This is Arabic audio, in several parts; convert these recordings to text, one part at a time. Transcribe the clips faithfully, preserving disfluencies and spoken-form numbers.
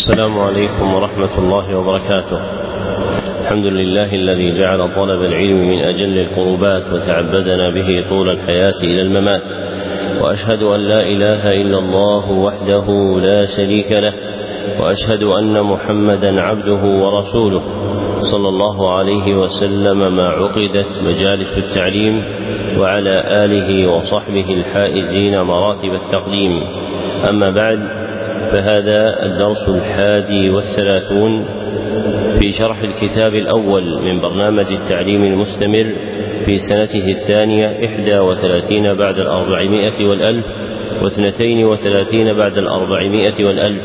السلام عليكم ورحمة الله وبركاته. الحمد لله الذي جعل طلب العلم من أجل القربات وتعبدنا به طول الحياة إلى الممات، وأشهد أن لا إله إلا الله وحده لا شريك له، وأشهد أن محمدا عبده ورسوله صلى الله عليه وسلم ما عقدت مجالس التعليم، وعلى آله وصحبه الحائزين مراتب التقديم. أما بعد، فهذا الدرس الحادي والثلاثون في شرح الكتاب الأول من برنامج التعليم المستمر في سنته الثانية إحدى وثلاثين بعد الأربعمائة والألف واثنتين وثلاثين بعد الأربعمائة والألف،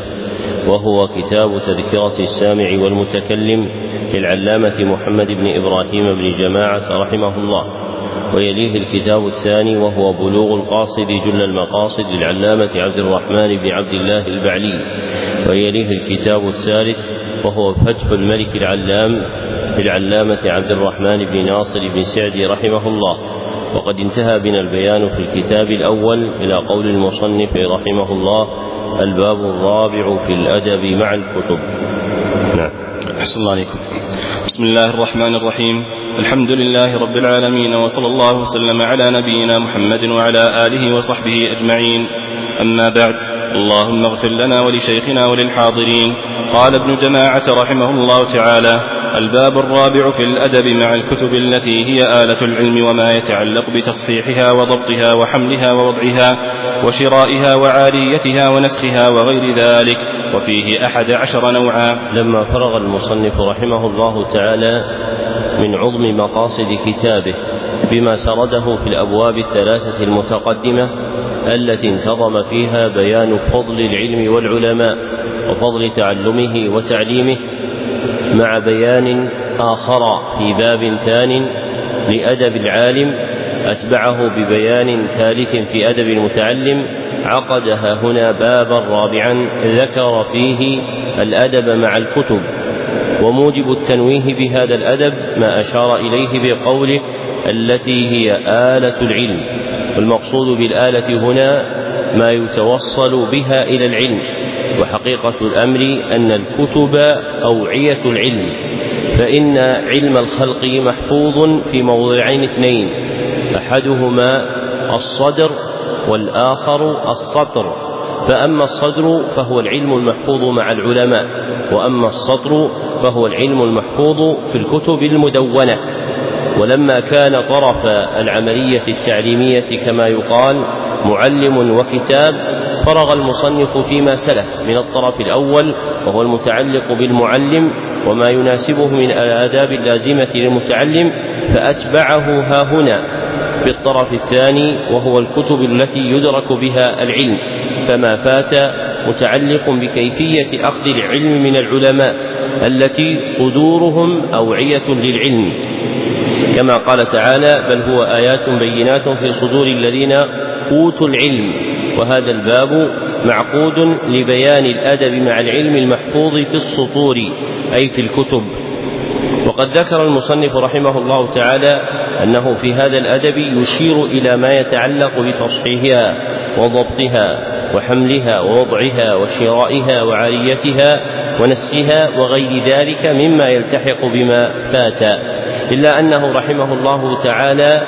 وهو كتاب تذكرة السامع والمتكلم للعلامة محمد بن إبراهيم بن جماعة رحمه الله. ويليه الكتاب الثاني وهو بلوغ القاصد جل المقاصد للعلامة عبد الرحمن بن عبد الله البعلي. ويليه الكتاب الثالث وهو فتح الملك العلام للعلامة عبد الرحمن بن ناصر بن سعدي رحمه الله. وقد انتهى بنا البيان في الكتاب الأول إلى قول المصنف رحمه الله: الباب الرابع في الأدب مع الكتب. نعم. أحسن الله عليكم. بسم الله الرحمن الرحيم. الحمد لله رب العالمين، وصلى الله وسلم على نبينا محمد وعلى آله وصحبه أجمعين. أما بعد، اللهم اغفر لنا ولشيخنا وللحاضرين. قال ابن جماعة رحمه الله تعالى: الباب الرابع في الأدب مع الكتب التي هي آلة العلم وما يتعلق بتصحيحها وضبطها وحملها ووضعها وشرائها وعاريتها ونسخها وغير ذلك، وفيه أحد عشر نوعا. لما فرغ المصنف رحمه الله تعالى من عظم مقاصد كتابه بما سرده في الأبواب الثلاثة المتقدمة التي انتظم فيها بيان فضل العلم والعلماء وفضل تعلمه وتعليمه، مع بيان آخر في باب ثان لأدب العالم أتبعه ببيان ثالث في أدب المتعلم، عقدها هنا بابا رابعا ذكر فيه الأدب مع الكتب. وموجب التنويه بهذا الأدب ما أشار إليه بقوله: التي هي آلة العلم. والمقصود بالآلة هنا ما يتوصل بها إلى العلم، وحقيقة الأمر أن الكتب أوعية العلم، فإن علم الخلق محفوظ في موضعين اثنين: أحدهما الصدر والآخر السطر. فأما الصدر فهو العلم المحفوظ مع العلماء، وأما السطر فهو العلم المحفوظ في الكتب المدونة. ولما كان طرف العملية التعليمية كما يقال معلم وكتاب، فرغ المصنف فيما سلف من الطرف الأول وهو المتعلق بالمعلم وما يناسبه من الآداب اللازمة للمتعلم، فأتبعه ها هنا بالطرف الثاني وهو الكتب التي يدرك بها العلم، فما فات متعلق بكيفية أخذ العلم من العلماء التي صدورهم أوعية للعلم، كما قال تعالى: بل هو آيات بينات في صدور الذين أوتوا العلم. وهذا الباب معقود لبيان الأدب مع العلم المحفوظ في السطور أي في الكتب. وقد ذكر المصنف رحمه الله تعالى أنه في هذا الأدب يشير إلى ما يتعلق بتصحيحها وضبطها وحملها ووضعها وشرائها وعاريتها ونسخها وغير ذلك مما يلتحق بما فات، إلا أنه رحمه الله تعالى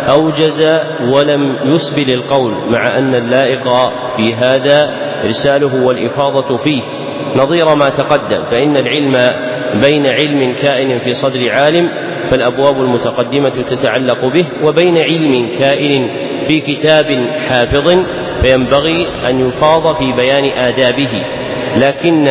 أوجز ولم يسبل القول، مع أن اللائق في هذا إرساله والإفاضة فيه نظير ما تقدم. فإن العلم بين علم كائن في صدر عالم فالأبواب المتقدمة تتعلق به، وبين علم كائن في كتاب حافظ فينبغي أن يفاض في بيان آدابه. لكن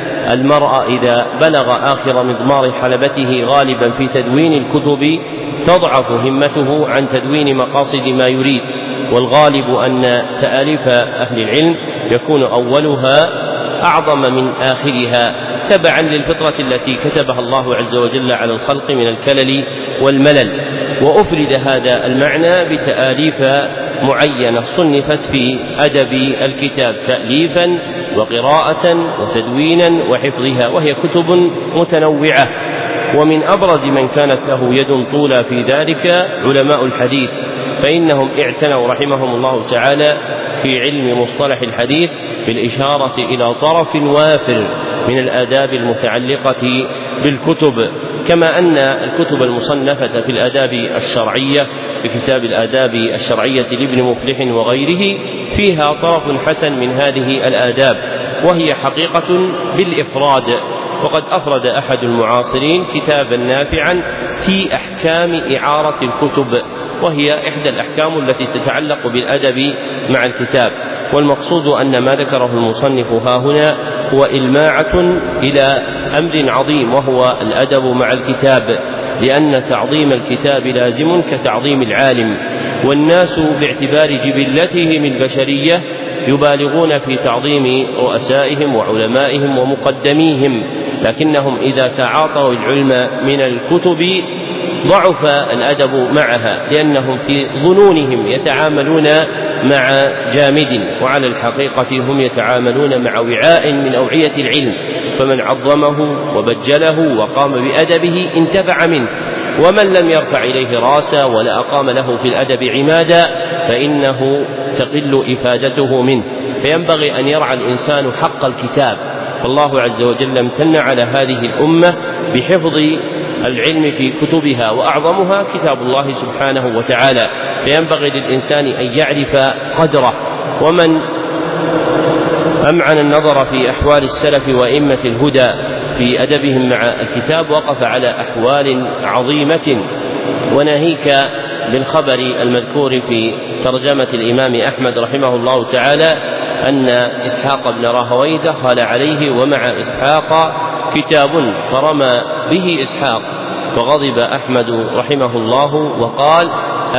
المرء إذا بلغ آخر مضمار حلبته غالبا في تدوين الكتب تضعف همته عن تدوين مقاصد ما يريد، والغالب أن تآليف أهل العلم يكون أولها أعظم من آخرها، تبعا للفطرة التي كتبها الله عز وجل على الخلق من الكلل والملل. وأفرد هذا المعنى بتآليف معينة صنفت في أدب الكتاب تأليفا وقراءة وتدوينا وحفظها، وهي كتب متنوعة. ومن أبرز من كانت له يد طولى في ذلك علماء الحديث، فإنهم اعتنوا رحمهم الله تعالى في علم مصطلح الحديث بالإشارة إلى طرف وافر من الآداب المتعلقة بالكتب، كما أن الكتب المصنفة في الآداب الشرعية بكتاب الآداب الشرعية لابن مفلح وغيره فيها طرف حسن من هذه الآداب، وهي حقيقة بالإفراد. وقد أفرد أحد المعاصرين كتابا نافعا في أحكام إعارة الكتب، وهي إحدى الأحكام التي تتعلق بالأدب مع الكتاب. والمقصود أن ما ذكره المصنف ها هنا هو إلماعة إلى أمر عظيم، وهو الأدب مع الكتاب، لأن تعظيم الكتاب لازم كتعظيم العالم، والناس باعتبار جبلتهم البشرية يبالغون في تعظيم رؤسائهم وعلمائهم ومقدميهم، لكنهم إذا تعاطوا العلم من الكتب ضعف الأدب معها، لأنهم في ظنونهم يتعاملون مع جامد، وعلى الحقيقة هم يتعاملون مع وعاء من أوعية العلم، فمن عظمه وبجله وقام بأدبه انتفع منه، ومن لم يرفع إليه راسا ولا أقام له في الأدب عمادا فإنه تقل إفادته منه. فينبغي أن يرعى الإنسان حق الكتاب، فالله عز وجل امتن على هذه الأمة بحفظ العلم في كتبها، وأعظمها كتاب الله سبحانه وتعالى، فينبغي للإنسان أن يعرف قدره. ومن أمعن النظر في أحوال السلف وأئمة الهدى في أدبهم مع الكتاب وقف على أحوال عظيمة، وناهيك بالخبر المذكور في ترجمة الإمام أحمد رحمه الله تعالى أن إسحاق بن راهويه دخل عليه ومع إسحاق كتاب فرمى به إسحاق، فغضب أحمد رحمه الله وقال: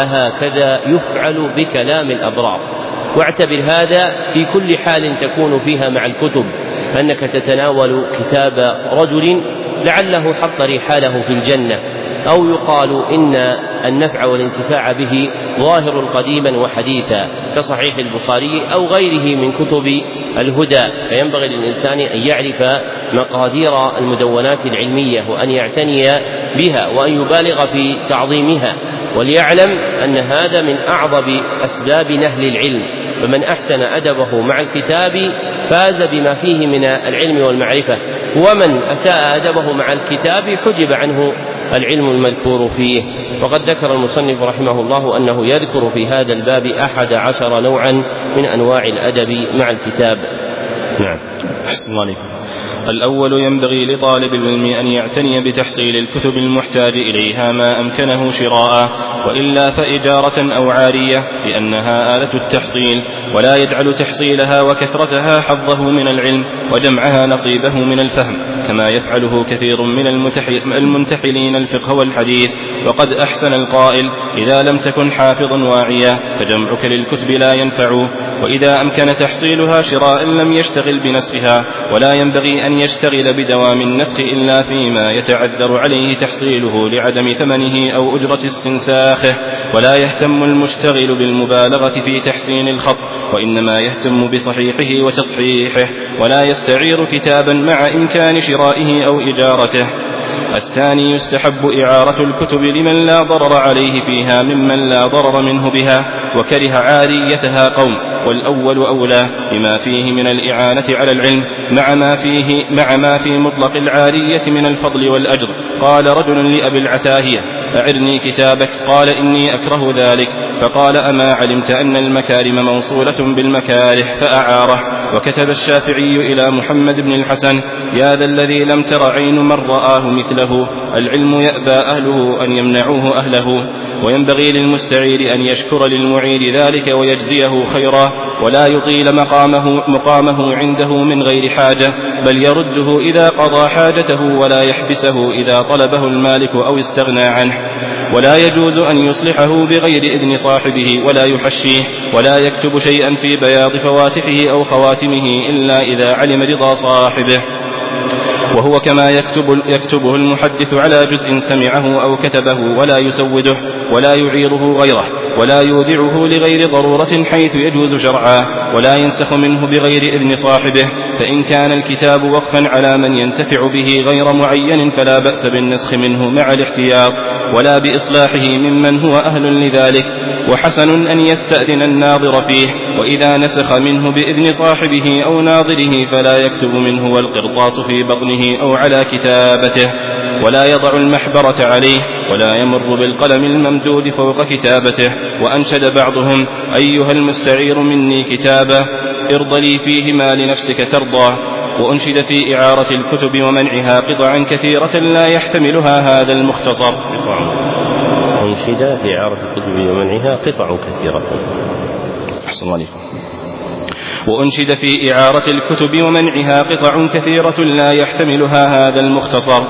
أهكذا يفعل بكلام الأبرار؟ واعتبر هذا في كل حال تكون فيها مع الكتب، أنك تتناول كتاب رجل لعله حط رحاله في الجنة، أو يقال إن النفع والانتفاع به ظاهر قديما وحديثا كصحيح البخاري أو غيره من كتب الهدى، فينبغي للإنسان أن يعرف مقادير المدونات العلمية وأن يعتني بها وأن يبالغ في تعظيمها، وليعلم أن هذا من أعظم أسباب نهل العلم، فمن أحسن أدبه مع الكتاب فاز بما فيه من العلم والمعرفة، ومن أساء أدبه مع الكتاب حجب عنه العلم المذكور فيه. وقد ذكر المصنف رحمه الله أنه يذكر في هذا الباب أحد عشر نوعا من أنواع الأدب مع الكتاب. نعم. أحسن الله عليكم. الأول: ينبغي لطالب العلم أن يعتني بتحصيل الكتب المحتاج إليها ما أمكنه شراءه، وإلا فإجارة أو عارية، لأنها آلة التحصيل، ولا يجعل تحصيلها وكثرتها حظه من العلم وجمعها نصيبه من الفهم، كما يفعله كثير من المنتحلين الفقه والحديث. وقد أحسن القائل: إذا لم تكن حافظا واعيا فجمعك للكتب لا ينفع. وإذا أمكن تحصيلها شراء لم يشتغل بنسخها، ولا ينبغي أن يشتغل بدوام النسخ إلا فيما يتعذر عليه تحصيله لعدم ثمنه أو أجرة استنساخه. ولا يهتم المشتغل بالمبالغة في تحسين الخط، وإنما يهتم بصحيحه وتصحيحه، ولا يستعير كتابا مع إمكان شرائه أو إجارته. الثاني: يستحب إعارة الكتب لمن لا ضرر عليه فيها ممن لا ضرر منه بها وكره عاريتها قوم، والأول أولى لما فيه من الإعانة على العلم مع ما فيه مع ما في مطلق العارية من الفضل والأجر. قال رجل لأبي العتاهية: أعرني كتابك. قال: إني أكره ذلك. فقال: أما علمت أن المكارم موصولة بالمكاره؟ فأعاره. وكتب الشافعي إلى محمد بن الحسن: يا ذا الذي لم تر عين من رآه مثله، العلم يأبى أهله أن يمنعوه أهله. وينبغي للمستعير أن يشكر للمعير ذلك ويجزيه خيرا، ولا يطيل مقامه, مقامه عنده من غير حاجة، بل يرده إذا قضى حاجته، ولا يحبسه إذا طلبه المالك أو استغنى عنه. ولا يجوز أن يصلحه بغير إذن صاحبه، ولا يحشيه، ولا يكتب شيئا في بياض فواتحه أو خواتمه إلا إذا علم رضا صاحبه، وهو كما يكتب يكتبه المحدث على جزء سمعه أو كتبه، ولا يسوده، ولا يعيره غيره، ولا يودعه لغير ضرورة حيث يجوز شرعا، ولا ينسخ منه بغير إذن صاحبه. فإن كان الكتاب وقفا على من ينتفع به غير معين فلا بأس بالنسخ منه مع الاحتياط، ولا بإصلاحه ممن هو أهل لذلك. وحسن أن يستأذن الناظر فيه وإذا نسخ منه بإذن صاحبه أو ناظره فلا يكتب منه والقرطاس في بطنه أو على كتابته، ولا يضع المحبرة عليه، ولا يمر بالقلم الممدود فوق كتابته. وأنشد بعضهم: أيها المستعير مني كتابه ارض لي فيه ما لنفسك ترضى. وأنشد في إعارة الكتب ومنعها قطعا كثيرة لا يحتملها هذا المختصر. أنشد في إعارة الكتب ومنعها قطع كثيرة. أحسن عليكم. وأنشد في إعارة الكتب ومنعها قطع كثيرة لا يحتملها هذا المختصر.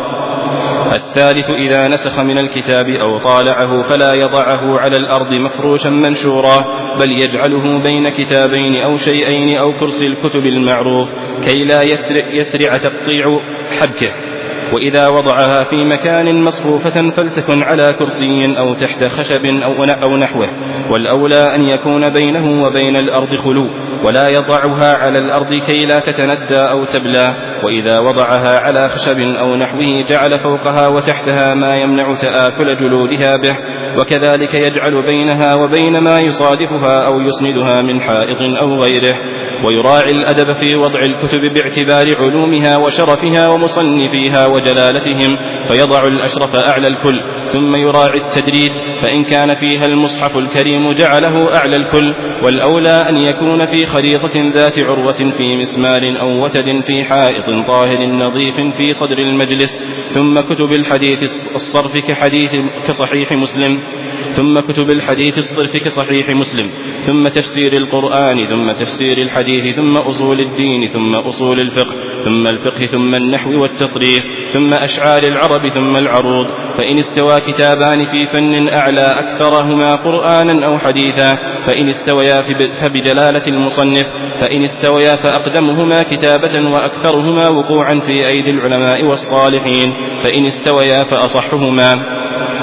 الثالث: إذا نسخ من الكتاب أو طالعه فلا يضعه على الأرض مفروشا منشورا، بل يجعله بين كتابين أو شيئين أو كرسي الكتب المعروف كي لا يسرع, يسرع تقطيع حبكه. وإذا وضعها في مكان مصفوفة فلتكن على كرسي أو تحت خشب أو نحوه، والأولى أن يكون بينه وبين الأرض خلو، ولا يضعها على الأرض كي لا تتندى أو تبلى. وإذا وضعها على خشب أو نحوه جعل فوقها وتحتها ما يمنع تآكل جلودها به، وكذلك يجعل بينها وبين ما يصادفها أو يسندها من حائط أو غيره. ويراعي الأدب في وضع الكتب باعتبار علومها وشرفها ومصنفيها وجلالتهم، فيضع الأشرف أعلى الكل، ثم يراعي التدريد، فإن كان فيها المصحف الكريم جعله أعلى الكل، والأولى أن يكون في خريطة ذات عروة في مسمار أو وتد في حائط طاهر نظيف في صدر المجلس. ثم كتب الحديث الصرف كحديث كصحيح مسلم ثم كتب الحديث الصرف كصحيح مسلم ثم تفسير القرآن، ثم تفسير الحديث، ثم أصول الدين، ثم أصول الفقه، ثم الفقه، ثم النحو والتصريف، ثم أشعار العرب، ثم العروض. فإن استوى كتابان في فن أعلى أكثرهما قرآنا أو حديثا فإن استويا فبجلالة المصنف، فإن استويا فأقدمهما كتابة وأكثرهما وقوعا في أيدي العلماء والصالحين، فإن استويا فأصحهما.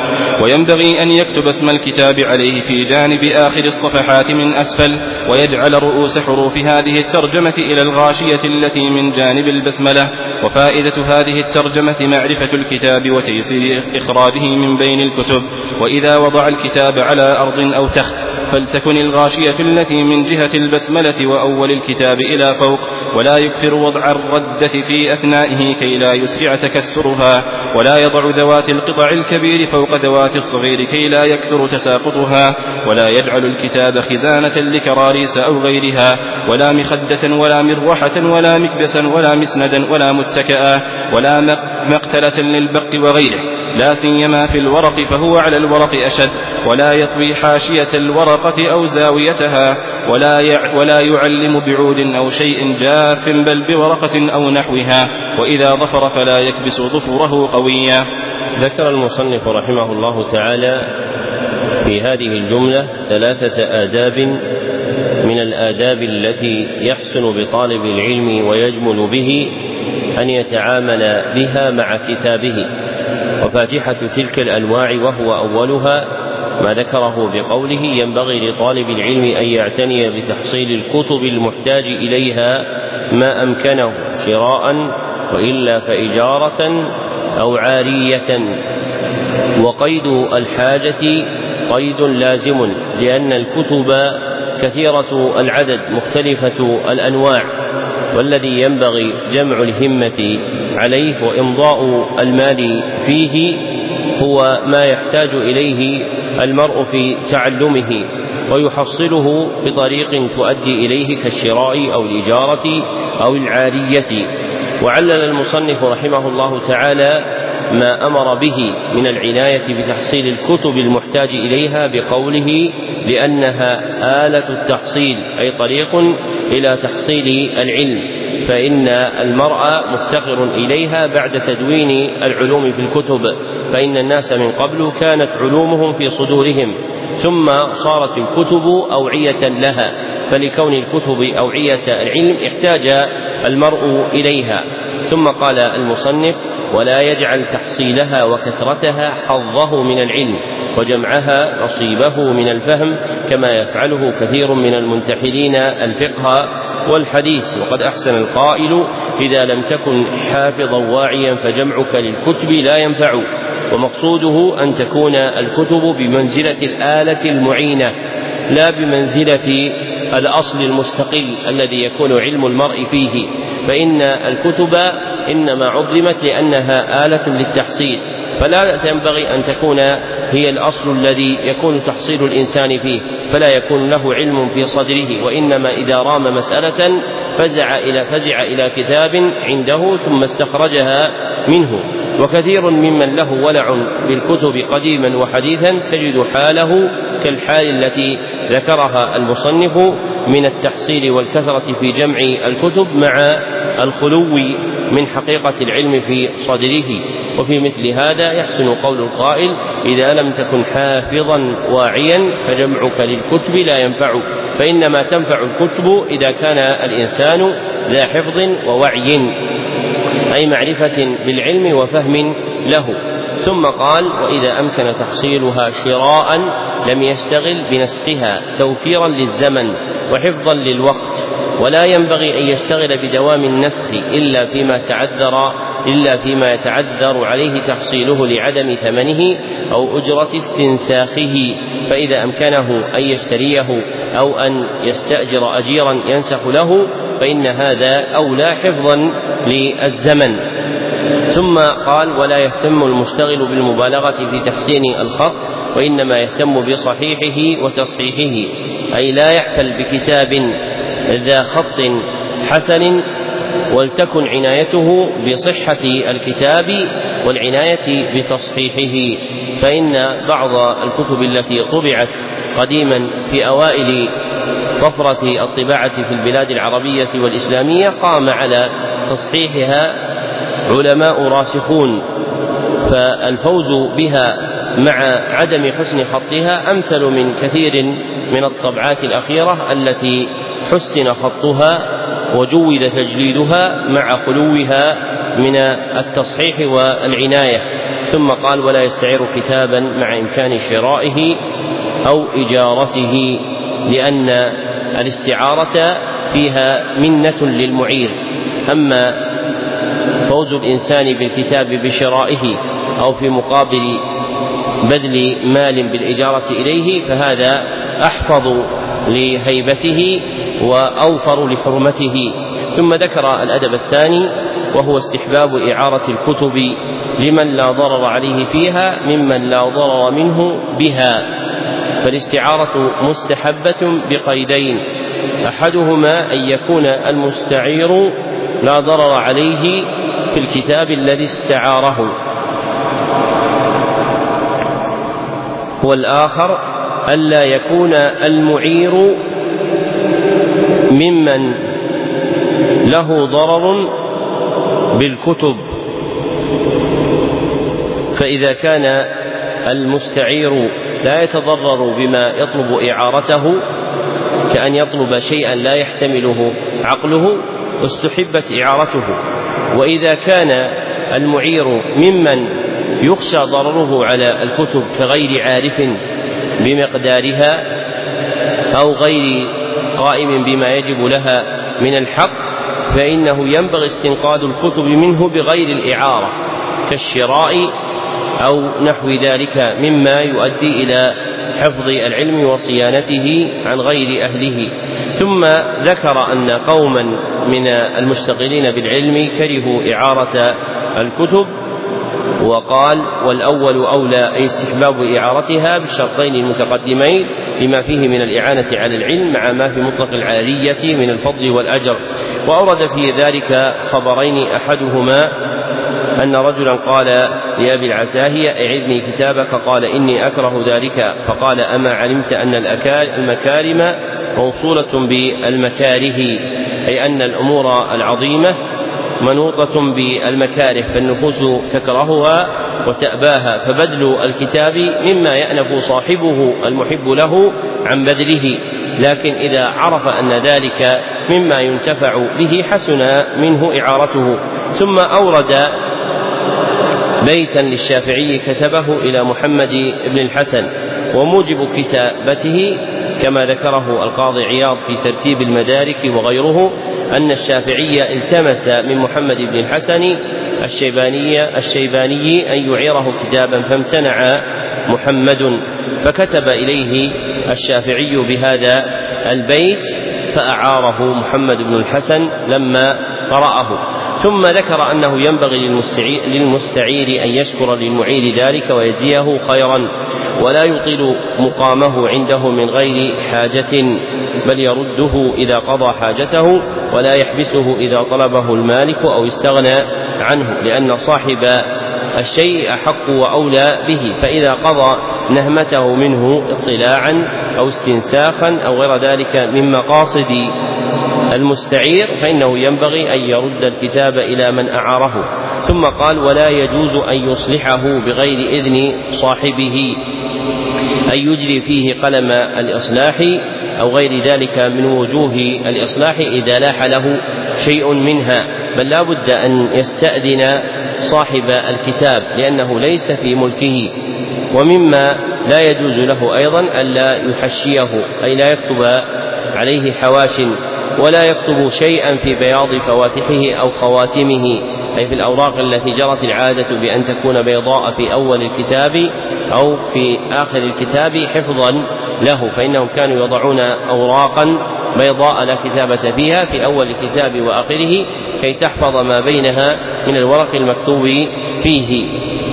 وينبغي أن يكتب اسم الكتاب عليه في جانب آخر الصفحات من أسفل، ويجعل رؤوس حروف هذه الترجمة إلى الغاشية التي من جانب البسملة. وفائدة هذه الترجمة معرفة الكتاب وتيسير إخراجه من بين الكتب. وإذا وضع الكتاب على أرض أو تخت فلتكن الغاشية التي من جهة البسملة وأول الكتاب إلى فوق، ولا يكثر وضع الردة في أثنائه كي لا يسرع تكسرها، ولا يضع ذوات القطع الكبير فوق ذوات الصغير كي لا يكثر تساقطها، ولا يجعل الكتاب خزانة لكراريس أو غيرها، ولا مخدة ولا مروحة ولا مكبسا ولا مسندا ولا متكئا ولا مقتلة للبق وغيره، لا سيما في الورق فهو على الورق أشد، ولا يطوي حاشية الورقة أو زاويتها، ولا ولا يعلم بعود أو شيء جاف بل بورقة أو نحوها، وإذا ظفر فلا يكبس ظفره قويا. ذكر المصنف رحمه الله تعالى في هذه الجملة ثلاثة آداب من الآداب التي يحسن بطالب العلم ويجمل به أن يتعامل بها مع كتابه، وفاتحة تلك الأنواع وهو أولها ما ذكره بقوله: ينبغي لطالب العلم أن يعتني بتحصيل الكتب المحتاج إليها ما أمكنه شراء وإلا فإجارة أو عارية. وقيد الحاجة قيد لازم، لأن الكتب كثيرة العدد مختلفة الأنواع، والذي ينبغي جمع الهمة عليه وإمضاء المال فيه هو ما يحتاج إليه المرء في تعلمه، ويحصله بطريق تؤدي إليه كالشراء أو الإجارة أو العارية. وعلل المصنف رحمه الله تعالى ما أمر به من العناية بتحصيل الكتب المحتاج إليها بقوله: لأنها آلة التحصيل، أي طريق إلى تحصيل العلم، فإن المرء مفتقر إليها بعد تدوين العلوم في الكتب، فإن الناس من قبل كانت علومهم في صدورهم، ثم صارت الكتب أوعية لها، فلكون الكتب أوعية العلم احتاج المرء إليها. ثم قال المصنف: ولا يجعل تحصيلها وكثرتها حظه من العلم، وجمعها نصيبه من الفهم، كما يفعله كثير من المنتحلين الفقه والحديث. وقد أحسن القائل: إذا لم تكن حافظا واعيا فجمعك للكتب لا ينفع. ومقصوده أن تكون الكتب بمنزلة الآلة المعينة، لا بمنزلة الأصل المستقل الذي يكون علم المرء فيه، فإن الكتب إنما عظمت لأنها آلة للتحصيل، فلا ينبغي أن تكون هي الأصل الذي يكون تحصيل الإنسان فيه، فلا يكون له علم في صدره، وإنما إذا رام مسألة فزع إلى, فزع إلى كتاب عنده ثم استخرجها منه. وكثير ممن له ولع بالكتب قديما وحديثا تجد حاله كالحال التي ذكرها المصنف من التحصيل والكثرة في جمع الكتب مع الخلو من حقيقة العلم في صدره. وفي مثل هذا يحسن قول القائل: إذا لم تكن حافظا واعيا فجمعك للكتب لا ينفع، فإنما تنفع الكتب إذا كان الإنسان ذا حفظ ووعي، أي معرفة بالعلم وفهم له. ثم قال: وإذا أمكن تحصيلها شراء لم يشتغل بنسخها توفيرا للزمن وحفظا للوقت، ولا ينبغي أن يشتغل بدوام النسخ إلا فيما تعذر إلا فيما يتعذر عليه تحصيله لعدم ثمنه أو أجرة استنساخه، فإذا أمكنه أن يشتريه أو أن يستأجر أجيرا ينسخ له فإن هذا أولى حفظا للزمن. ثم قال: ولا يهتم المشتغل بالمبالغة في تحسين الخط، وإنما يهتم بصحيحه وتصحيحه، أي لا يحفل بكتاب ذا خط حسن، ولتكن عنايته بصحة الكتاب والعناية بتصحيحه، فإن بعض الكتب التي طبعت قديما في أوائل طفرة الطباعة في البلاد العربية والإسلامية قام على تصحيحها علماء راسخون، فالفوز بها مع عدم حسن خطها أمثل من كثير من الطبعات الأخيرة التي حسن خطها وجود تجليدها مع خلوها من التصحيح والعناية. ثم قال: ولا يستعير كتابا مع إمكان شرائه أو إجارته، لأن الاستعارة فيها منة للمعير، أما فوز الإنسان بالكتاب بشرائه أو في مقابل بذل مال بالإجارة إليه فهذا أحفظ لهيبته وأوفر لحرمته. ثم ذكر الأدب الثاني وهو استحباب إعارة الكتب لمن لا ضرر عليه فيها ممن لا ضرر منه بها، فالاستعارة مستحبة بقيدين: أحدهما أن يكون المستعير لا ضرر عليه في الكتاب الذي استعاره، والآخر ألا يكون المعير ممن له ضرر بالكتب، فإذا كان المستعير لا يتضرر بما يطلب إعارته كأن يطلب شيئا لا يحتمله عقله واستحبت إعارته، وإذا كان المعير ممن يخشى ضرره على الكتب كغير عارف بمقدارها أو غير قائم بما يجب لها من الحق فإنه ينبغي استنقاذ الكتب منه بغير الإعارة كالشراء أو نحو ذلك مما يؤدي إلى حفظ العلم وصيانته عن غير أهله. ثم ذكر أن قوما من المشتغلين بالعلم كرهوا إعارة الكتب، وقال: والأول أولى أي استحباب إعارتها بالشرطين المتقدمين لما فيه من الإعانة على العلم مع ما في مطلق العارية من الفضل والأجر. وأورد في ذلك خبرين: أحدهما أن رجلا قال لأبي العتاهية: أعذني كتابك، قال: إني أكره ذلك، فقال: أما علمت أن المكارم موصولة بالمكاره، أي أن الأمور العظيمة منوطة بالمكاره فالنفوس تكرهها وتأباها، فبذل الكتاب مما يأنف صاحبه المحب له عن بذله، لكن إذا عرف أن ذلك مما ينتفع به حسن منه إعارته. ثم أورد بيتا للشافعي كتبه إلى محمد بن الحسن، وموجب كتابته كما ذكره القاضي عياض في ترتيب المدارك وغيره أن الشافعي التمس من محمد بن الحسن الشيباني, الشيباني أن يعيره كتابا، فامتنع محمد، فكتب إليه الشافعي بهذا البيت فأعاره محمد بن الحسن لما قرأه. ثم ذكر أنه ينبغي للمستعير أن يشكر للمعير ذلك ويجزيه خيرا، ولا يطيل مقامه عنده من غير حاجة، بل يرده إذا قضى حاجته، ولا يحبسه إذا طلبه المالك أو استغنى عنه، لأن صاحب الشيء أحق وأولى به، فإذا قضى نهمته منه اطلاعا أو استنساخا أو غير ذلك من مقاصد المستعير فإنه ينبغي أن يرد الكتاب إلى من أعاره. ثم قال: ولا يجوز أن يصلحه بغير إذن صاحبه، أن يجري فيه قلم الإصلاح أو غير ذلك من وجوه الإصلاح إذا لاح له شيء منها، بل لا بد أن يستأذن صاحب الكتاب لأنه ليس في ملكه. ومما لا يجوز له أيضا ألا يحشيه، أي لا يكتب عليه حواش، ولا يكتب شيئا في بياض فواتحه أو خواتمه، أي في الأوراق التي جرت العادة بأن تكون بيضاء في أول الكتاب أو في آخر الكتاب حفظا له، فإنهم كانوا يضعون أوراقا بيضاء لا كتابة فيها في أول الكتاب وآخره كي تحفظ ما بينها من الورق المكتوب فيه.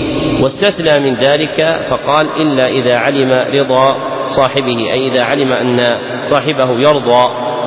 واستثنى من ذلك فقال: إلا إذا علم رضا صاحبه، أي إذا علم أن صاحبه يرضى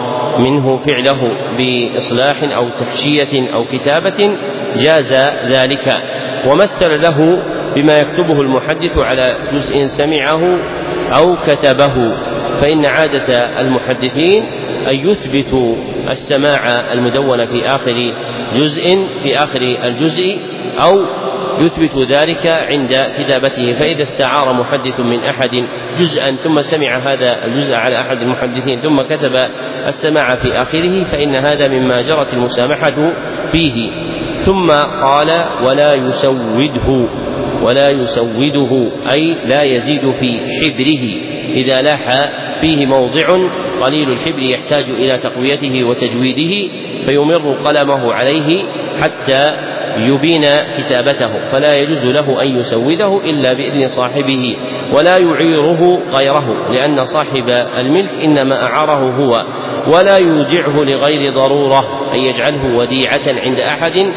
منه فعله بإصلاح أو تحشية أو كتابة جاز ذلك. ومثل له بما يكتبه المحدث على جزء سمعه أو كتبه، فإن عادة المحدثين أن يثبتوا السماع المدون في آخر جزء في آخر الجزء أو يثبت ذلك عند كتابته، فإذا استعار محدث من أحد جزءا ثم سمع هذا الجزء على أحد المحدثين ثم كتب السماع في آخره فإن هذا مما جرت المسامحة فيه. ثم قال: ولا يسوده، ولا يسوده أي لا يزيد في حبره إذا لاح فيه موضع قليل الحبر يحتاج إلى تقويته وتجويده، فيمر قلمه عليه حتى يبين كتابته، فلا يجوز له أن يسوده إلا بإذن صاحبه، ولا يعيره غيره، لأن صاحب الملك إنما أعاره هو، ولا يودعه لغير ضرورة، أن يجعله وديعة عند أحد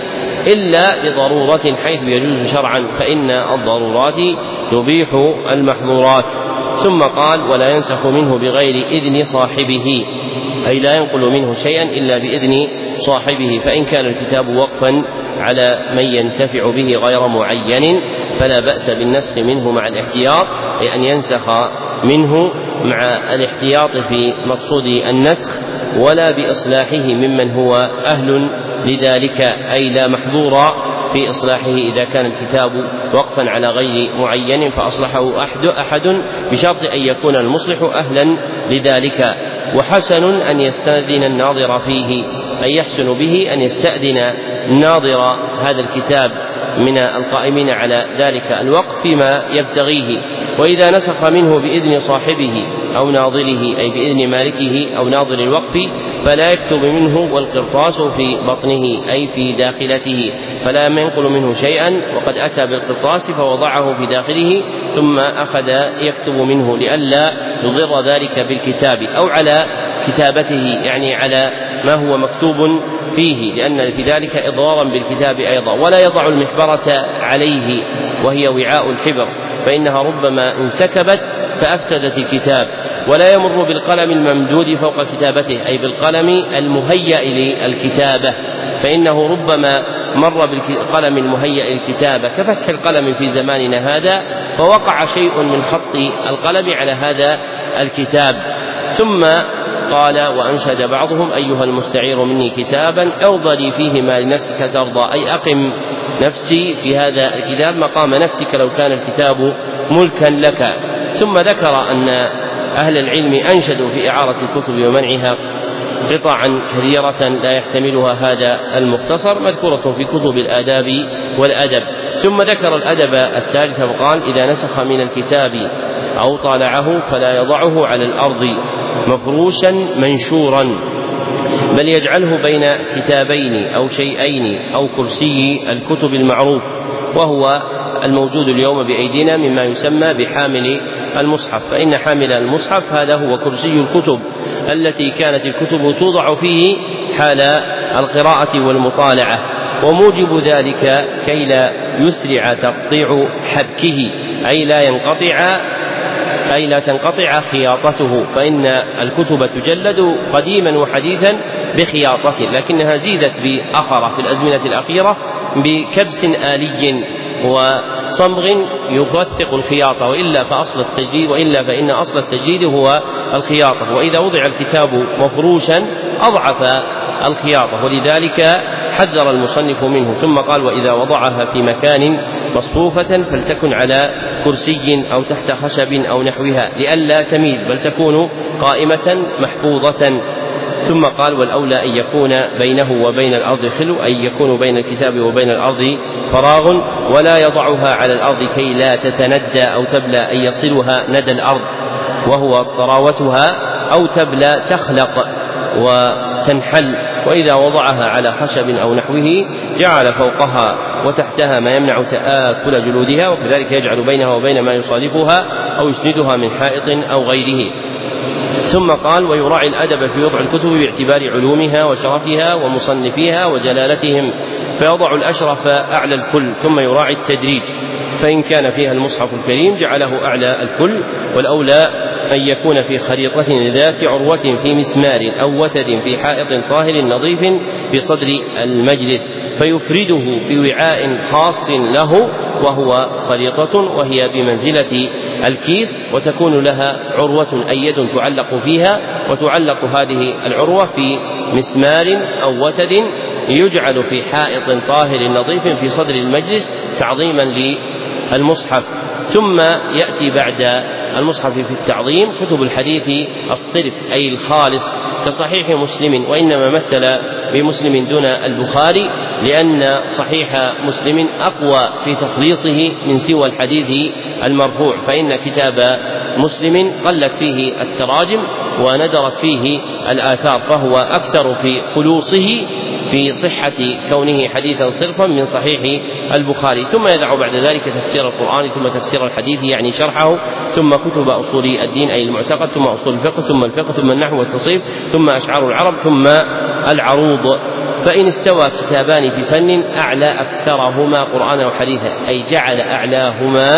إلا لضرورة حيث يجوز شرعا، فإن الضرورات تبيح المحظورات. ثم قال: ولا ينسخ منه بغير إذن صاحبه، أي لا ينقل منه شيئا إلا بإذن صاحبه، فإن كان الكتاب وقفا على من ينتفع به غير معين فلا بأس بالنسخ منه مع الاحتياط، أي أن ينسخ منه مع الاحتياط في مقصود النسخ، ولا بإصلاحه ممن هو أهل لذلك، أي لا محظور في إصلاحه إذا كان الكتاب وقفا على غير معين فأصلحه أحد, أحد بشرط أن يكون المصلح أهلا لذلك. وحسن أن يستأذن الناظر فيه، أن يحسن به أن يستأذن ناظر هذا الكتاب من القائمين على ذلك الوقف فيما يبتغيه. وإذا نسخ منه بإذن صاحبه أو ناظره، أي بإذن مالكه أو ناظر الوقف، فلا يكتب منه والقرطاس في بطنه، أي في داخلته، فلا ينقل منه شيئا، وقد أتى بالقرطاس فوضعه في داخله ثم أخذ يكتب منه لئلا يضر ذلك بالكتاب أو على كتابته، يعني على ما هو مكتوب فيه، لأن في ذلك إضرارا بالكتاب أيضا. ولا يضع المحبرة عليه وهي وعاء الحبر، فإنها ربما انسكبت فأفسدت الكتاب. ولا يمر بالقلم الممدود فوق كتابته، أي بالقلم المهيأ للكتابة، فإنه ربما مر بالقلم المهيأ للكتابة كفتح القلم في زماننا هذا، فوقع شيء من خط القلم على هذا الكتاب. ثم قال: وأنشد بعضهم: أيها المستعير مني كتابا أرضى لي فيه ما لنفسك ترضى، أي أقم نفسي في هذا الكتاب مقام نفسك لو كان الكتاب ملكا لك. ثم ذكر أن أهل العلم أنشدوا في إعارة الكتب ومنعها قطعا كثيرة لا يحتملها هذا المختصر، مذكورة في كتب الآداب والأدب. ثم ذكر الأدب الثالث وقال: إذا نسخ من الكتاب أو طالعه فلا يضعه على الأرض مفروشا منشورا، بل يجعله بين كتابين أو شيئين أو كرسي الكتب المعروف، وهو الموجود اليوم بأيدينا مما يسمى بحامل المصحف، فإن حامل المصحف هذا هو كرسي الكتب التي كانت الكتب توضع فيه حال القراءة والمطالعة، وموجب ذلك كي لا يسرع تقطيع حبكه أي لا ينقطع أي لا تنقطع خياطته، فإن الكتب تجلد قديما وحديثا بخياطة، لكنها زيدت بأخرة في الأزمنة الأخيرة بكبس آلي وصمغ يوثق الخياطة، وإلا فأصل التجديد وإلا فإن أصل التجديد هو الخياطة، وإذا وضع الكتاب مفروشا أضعف الخياطة، ولذلك حذر المصنف منه. ثم قال: وإذا وضعها في مكان مصفوفة فلتكن على كرسي أو تحت خشب أو نحوها لئلا تميل بل تكون قائمة محفوظة. ثم قال: والأولى أن يكون بينه وبين الأرض خلو، أي يكون بين الكتاب وبين الأرض فراغ، ولا يضعها على الأرض كي لا تتندى أو تبلى، أن يصلها ندى الأرض وهو طراوتها، أو تبلى تخلق وتنحل. وإذا وضعها على خشب أو نحوه جعل فوقها وتحتها ما يمنع تآكل جلودها، وكذلك يجعل بينها وبين ما يصادفها أو يسندها من حائط أو غيره. ثم قال: ويراعي الأدب في وضع الكتب باعتبار علومها وشرفها ومصنفيها وجلالتهم، فيضع الأشرف أعلى الكل، ثم يراعي التدريج، فإن كان فيها المصحف الكريم جعله أعلى الكل، والأولى أن يكون في خريطة ذات عروة في مسمار أو وتد في حائط طاهر نظيف في صدر المجلس، فيفرده بوعاء خاص له وهو خريطة، وهي بمنزلة الكيس، وتكون لها عروة أيد تعلق فيها، وتعلق هذه العروة في مسمار أو وتد يجعل في حائط طاهر نظيف في صدر المجلس تعظيما للمصحف. ثم يأتي بعد المصحف في التعظيم كتب الحديث الصرف أي الخالص كصحيح مسلم، وإنما مثل بمسلم دون البخاري لأن صحيح مسلم أقوى في تخليصه من سوى الحديث المرفوع، فإن كتاب مسلم قلت فيه التراجم وندرت فيه الآثار، فهو أكثر في خلوصه في صحة كونه حديثا صرفا من صحيح البخاري. ثم يدع بعد ذلك تفسير القرآن، ثم تفسير الحديث يعني شرحه، ثم كتب أصول الدين أي المعتقد، ثم أصول الفقه، ثم الفقه، ثم النحو والتصريف، ثم أشعار العرب، ثم العروض. فإن استوى كتابان في فن أعلى أكثرهما قرآنا وحديثا، أي جعل أعلاهما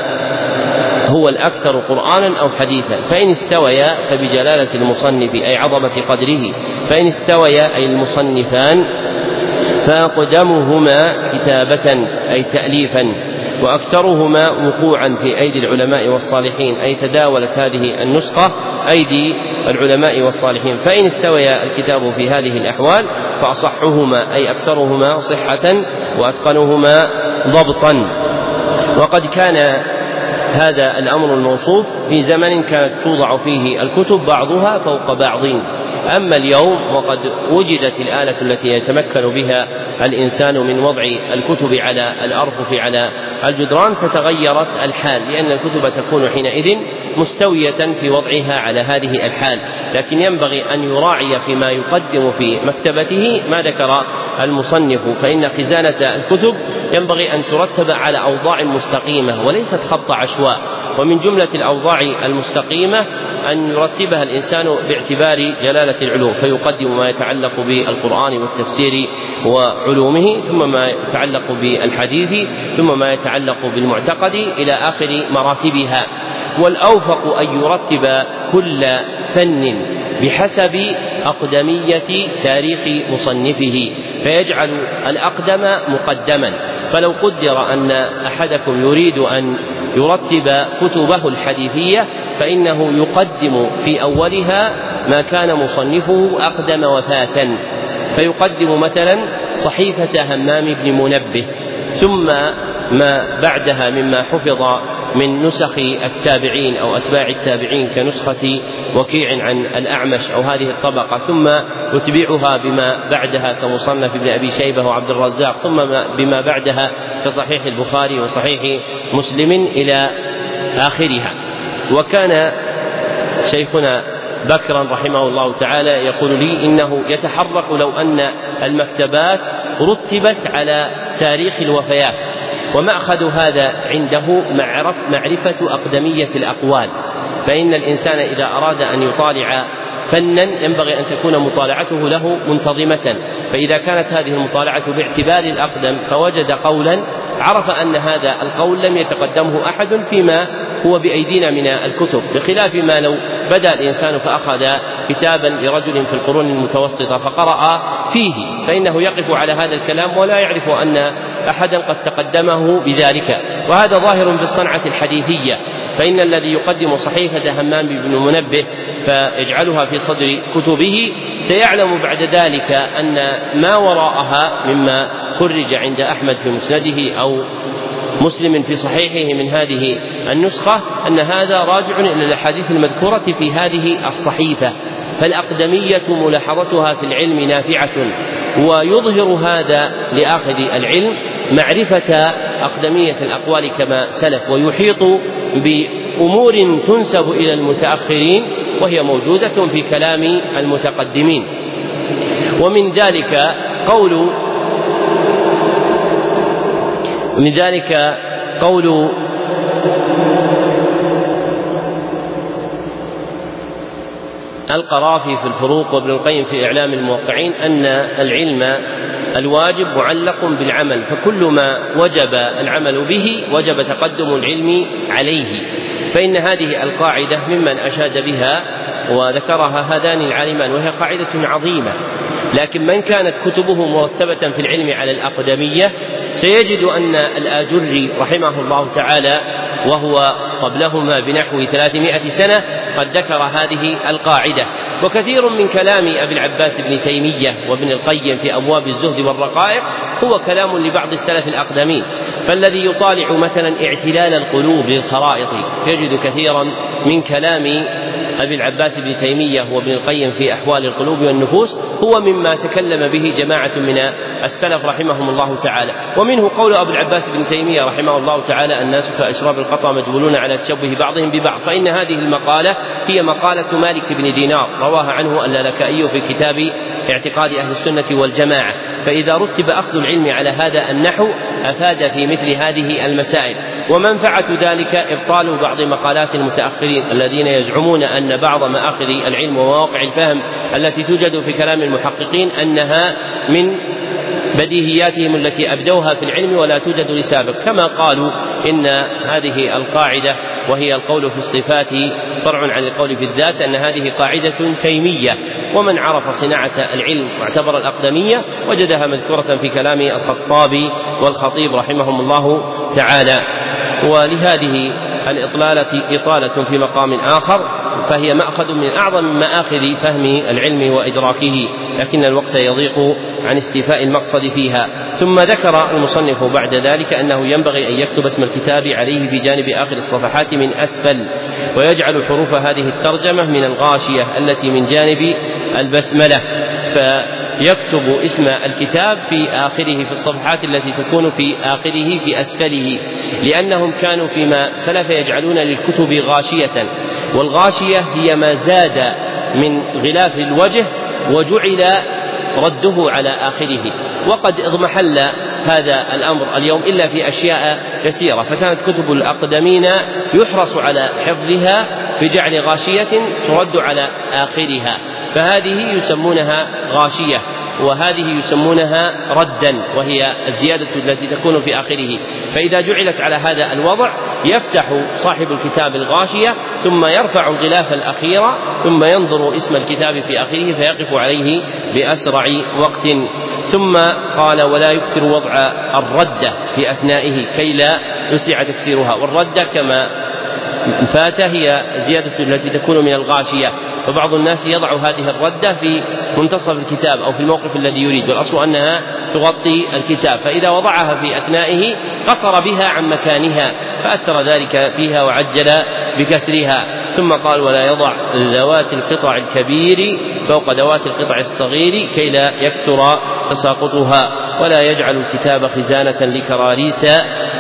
هو الأكثر قرآنا أو حديثا. فإن استويا فبجلالة المصنف أي عظمة قدره، فإن استويا أي المصنفان فأقدمهما كتابة أي تأليفا، وأكثرهما وقوعا في أيدي العلماء والصالحين، أي تداولت هذه النسخة أيدي العلماء والصالحين. فإن استويا الكتاب في هذه الأحوال فأصحهما أي أكثرهما صحة وأتقنهما ضبطا. وقد كان هذا الأمر الموصوف في زمن كانت توضع فيه الكتب بعضها فوق بعض، أما اليوم وقد وجدت الآلة التي يتمكن بها الإنسان من وضع الكتب على الأرفف على الجدران فتغيرت الحال، لأن الكتب تكون حينئذ مستوية في وضعها على هذه الحال، لكن ينبغي أن يراعي فيما يقدم في مكتبته ما ذكر المصنف، فإن خزانة الكتب ينبغي أن ترتب على أوضاع مستقيمة وليست خط عشواء، ومن جملة الأوضاع المستقيمة أن يرتبها الإنسان باعتبار جلالة العلوم، فيقدم ما يتعلق بالقرآن والتفسير وعلومه، ثم ما يتعلق بالحديث، ثم ما يتعلق بالمعتقد إلى آخر مراتبها. والأوفق أن يرتب كل فن بحسب أقدمية تاريخ مصنفه، فيجعل الأقدم مقدما. فلو قدر أن أحدكم يريد أن يرتب كتبه الحديثية فإنه يقدم في أولها ما كان مصنفه أقدم وفاة، فيقدم مثلا صحيفة همام بن منبه، ثم ما بعدها مما حفظ من نسخ التابعين أو أتباع التابعين كنسخة وكيع عن الأعمش أو هذه الطبقة، ثم يتبعها بما بعدها كمصنف ابن أبي شيبة وعبد الرزاق، ثم بما بعدها كصحيح البخاري وصحيح مسلم إلى آخرها. وكان شيخنا بكرا رحمه الله تعالى يقول لي إنه يتحرك لو أن المكتبات رتبت على تاريخ الوفيات، ومأخذ هذا عنده معرفة أقدمية الأقوال، فإن الإنسان إذا أراد أن يطالع فنا ينبغي أن تكون مطالعته له منتظمة، فإذا كانت هذه المطالعة باعتبار الأقدم فوجد قولا عرف أن هذا القول لم يتقدمه أحد فيما هو بأيدينا من الكتب، بخلاف ما لو بدأ الإنسان فأخذ كتابا لرجل في القرون المتوسطة فقرأ فيه، فإنه يقف على هذا الكلام ولا يعرف أن أحدا قد تقدمه بذلك. وهذا ظاهر بالصنعة الحديثية، فإن الذي يقدم صحيفة همام بن منبه فيجعلها في صدر كتبه سيعلم بعد ذلك أن ما وراءها مما خرج عند أحمد في مسنده أو مسلم في صحيحه من هذه النسخة أن هذا راجع إلى الأحاديث المذكورة في هذه الصحيفة. فالأقدمية ملاحظتها في العلم نافعة، ويظهر هذا لآخذ العلم معرفة أقدمية الأقوال كما سلف، ويحيط بأمور تنسب إلى المتأخرين وهي موجودة في كلام المتقدمين. ومن ذلك قول ومن ذلك قول القرافي في الفروق وابن القيم في إعلام الموقعين أن العلم الواجب معلق بالعمل، فكل ما وجب العمل به وجب تقدم العلم عليه، فإن هذه القاعدة ممن أشاد بها وذكرها هذان العالمان، وهي قاعدة عظيمة. لكن من كانت كتبه مرتبة في العلم على الأقدمية سيجد أن الآجري رحمه الله تعالى وهو قبلهما بنحو ثلاثمائة سنة قد ذكر هذه القاعدة. وكثير من كلام أبي العباس بن تيمية وابن القيم في أبواب الزهد والرقائق هو كلام لبعض السلف الأقدمين، فالذي يطالع مثلا اعتلال القلوب للخرائط يجد كثيرا من كلام أبي العباس بن تيمية وابن القيم في أحوال القلوب والنفوس هو مما تكلم به جماعة من السلف رحمهم الله تعالى. ومنه قول أبي العباس بن تيمية رحمه الله تعالى: الناس كأشراب القطع مجبولون على تشبه بعضهم ببعض، فإن هذه المقالة هي مقالة مالك بن دينار رواها عنه اللالكائي في كتاب اعتقاد أهل السنة والجماعة. فإذا رتب أخذ العلم على هذا النحو أفاد في مثل هذه المسائل. ومنفعة ذلك إبطال بعض مقالات المتأخرين الذين يزعمون أن بعض مآخذ العلم ومواقع الفهم التي توجد في كلام المحققين أنها من بديهياتهم التي أبدوها في العلم ولا توجد لسابق، كما قالوا إن هذه القاعدة وهي القول في الصفات فرع عن القول في الذات أن هذه قاعدة تيمية. ومن عرف صناعة العلم واعتبر الأقدمية وجدها مذكورة في كلام الخطابي والخطيب رحمهم الله تعالى. ولهذه الإطلالة إطالة في مقام آخر، فهي مأخذ من أعظم مآخذ فهم العلم وإدراكه، لكن الوقت يضيق عن استيفاء المقصد فيها. ثم ذكر المصنف بعد ذلك أنه ينبغي أن يكتب اسم الكتاب عليه في جانب آخر الصفحات من أسفل، ويجعل حروف هذه الترجمة من الغاشية التي من جانب البسملة، فيكتب اسم الكتاب في آخره في الصفحات التي تكون في آخره في أسفله، لأنهم كانوا فيما سلف يجعلون للكتب غاشية، والغاشية هي ما زاد من غلاف الوجه وجعل رده على آخره. وقد اضمحل هذا الأمر اليوم إلا في أشياء يسيرة، فكانت كتب الأقدمين يحرص على حفظها بجعل غاشية ترد على آخرها، فهذه يسمونها غاشية، وهذه يسمونها ردا، وهي الزيادة التي تكون في آخره. فإذا جعلت على هذا الوضع يفتح صاحب الكتاب الغاشية ثم يرفع الغلاف الأخير ثم ينظر اسم الكتاب في آخره فيقف عليه بأسرع وقت. ثم قال: ولا يكثر وضع الردة في أثنائه كي لا يسرع تكسيرها. والردة كما فات هي زيادة التي تكون من الغاشية، فبعض الناس يضع هذه الردة في منتصف الكتاب أو في الموقف الذي يريد، والأصل أنها تغطي الكتاب، فإذا وضعها في أثنائه قصر بها عن مكانها فأثر ذلك فيها وعجل بكسرها. ثم قال: ولا يضع ذوات القطع الكبير فوق ذوات القطع الصغير كي لا يكثر تساقطها، ولا يجعل الكتاب خزانة لكراريس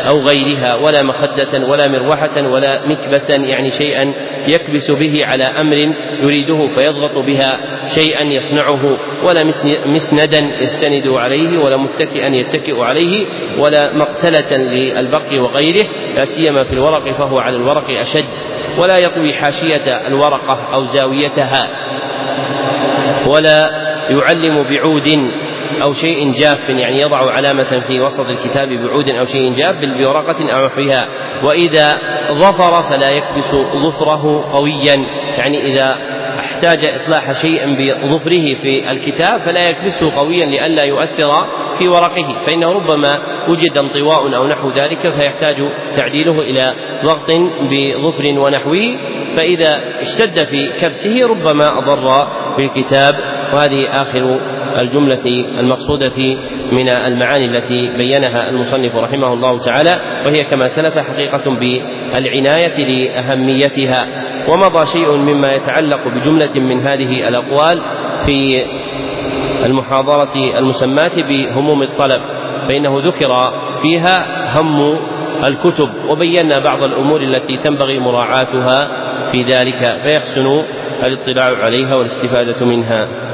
أو غيرها، ولا مخدة ولا مروحة ولا مكبسا يعني شيئا يكبس به على أمر يريده فيضغط بها شيئا يصنعه، ولا مسندا يستند عليه، ولا متكئا يتكئ عليه، ولا مقتلة للبرق وغيره، لا سيما في الورق فهو على الورق أشد، ولا يطوي حاشية الورقة أو زاويتها، ولا يعلم بعود أو شيء جاف يعني يضع علامة في وسط الكتاب بعود أو شيء جاف بل بورقة أو نحوها. وإذا ظفر فلا يكبس ظفره قويا، يعني إذا احتاج إصلاح شيئا بظفره في الكتاب فلا يكبسه قويا لئلا يؤثر في ورقه، فإنه ربما وجد انطواء أو نحو ذلك فيحتاج تعديله إلى ضغط بظفر ونحوه، فإذا اشتد في كبسه ربما أضر بالكتاب. وهذه آخر الجملة المقصودة من المعاني التي بينها المصنف رحمه الله تعالى، وهي كما سلف حقيقة بالعناية لأهميتها. ومضى شيء مما يتعلق بجملة من هذه الأقوال في المحاضرة المسماة بهموم الطلب، فإنه ذكر فيها هم الكتب، وبينا بعض الأمور التي تنبغي مراعاتها في ذلك، فيحسن الاطلاع عليها والاستفادة منها.